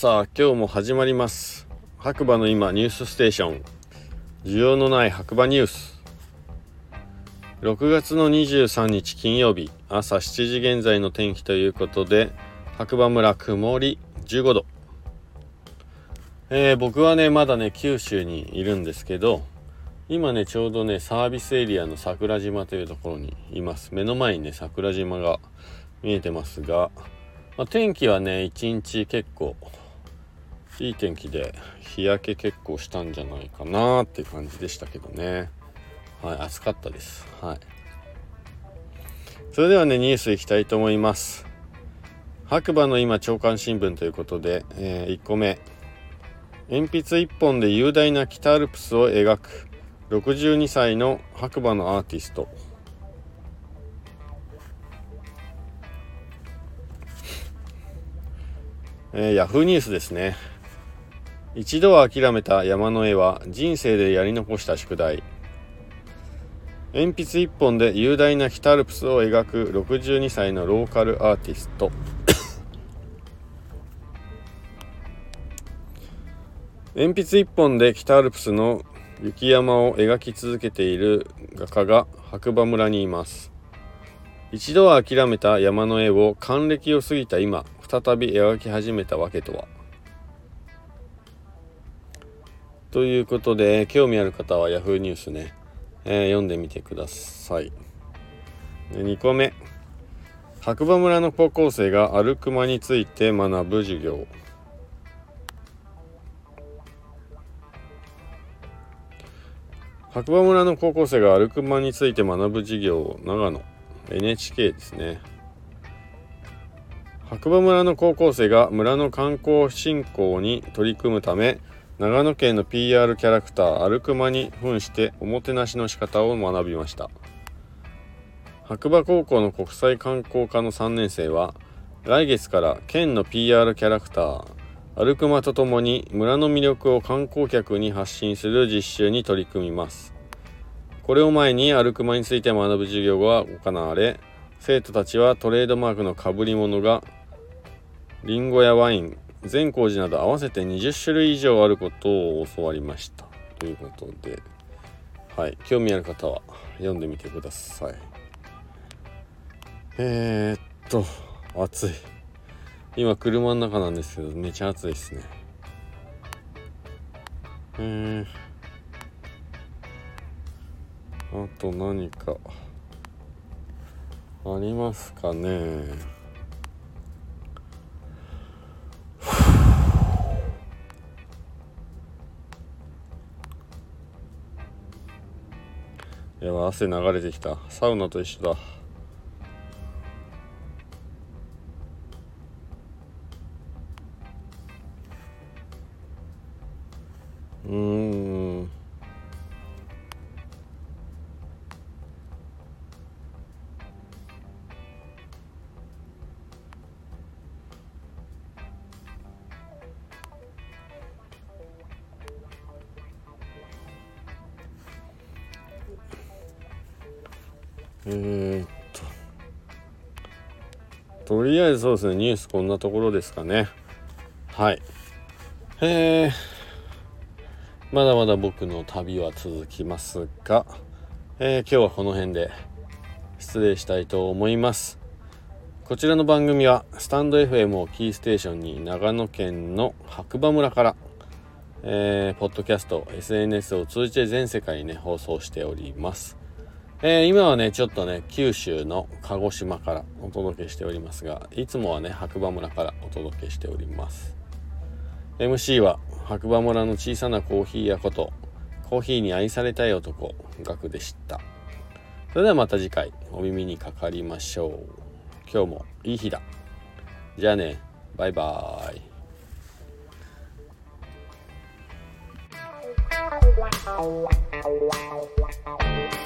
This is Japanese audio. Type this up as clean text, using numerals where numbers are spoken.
さあ今日も始まります。白馬の今ニュースステーション、需要のない白馬ニュース。6月の23日金曜日朝7時現在の天気ということで、白馬村曇り15度。僕はねまだね九州にいるんですけど、今ねちょうどねサービスエリアの桜島というところにいます。目の前にね桜島が見えてますが、天気はね一日結構いい天気で、日焼け結構したんじゃないかなっていう感じでしたけどね。はい、暑かったです。はい。それではねニュースいきたいと思います。白馬の今朝刊新聞ということで、1個目、鉛筆1本で雄大な北アルプスを描く62歳の白馬のアーティスト。ヤフーニュースですね。一度は諦めた山の絵は人生でやり残した宿題。鉛筆一本で雄大な北アルプスを描く62歳のローカルアーティスト。鉛筆一本で北アルプスの雪山を描き続けている画家が白馬村にいます。一度は諦めた山の絵を還暦を過ぎた今再び描き始めたわけとは。ということで、興味ある方はヤフーニュースね、読んでみてください。2個目、白馬村の高校生が歩く間について学ぶ授業。白馬村の高校生が歩く間について学ぶ授業、長野 NHK ですね。白馬村の高校生が村の観光振興に取り組むため、長野県の PR キャラクター歩く間に扮しておもてなしの仕方を学びました。白馬高校の国際観光科の3年生は、来月から県の PR キャラクター歩く間とともに村の魅力を観光客に発信する実習に取り組みます。これを前に歩く間について学ぶ授業が行われ、生徒たちはトレードマークの被り物がリンゴやワイン、善光寺など合わせて20種類以上あることを教わりましたということで、はい、興味ある方は読んでみてください。暑い。今車の中なんですけど、めちゃ暑いですね。あと何かありますかね。やばい、汗流れてきた。サウナと一緒だ。とりあえずそうですね、ニュースこんなところですかね。はい。まだまだ僕の旅は続きますが、今日はこの辺で失礼したいと思います。こちらの番組はスタンド FM をキーステーションに長野県の白馬村から、ポッドキャスト SNS を通じて全世界にね放送しております。今はねちょっとね九州の鹿児島からお届けしておりますが、いつもはね白馬村からお届けしております。 MC は白馬村の小さなコーヒー屋ことコーヒーに愛されたい男ガクでした。それではまた次回お耳にかかりましょう。今日もいい日だ。じゃあね、バイバーイ。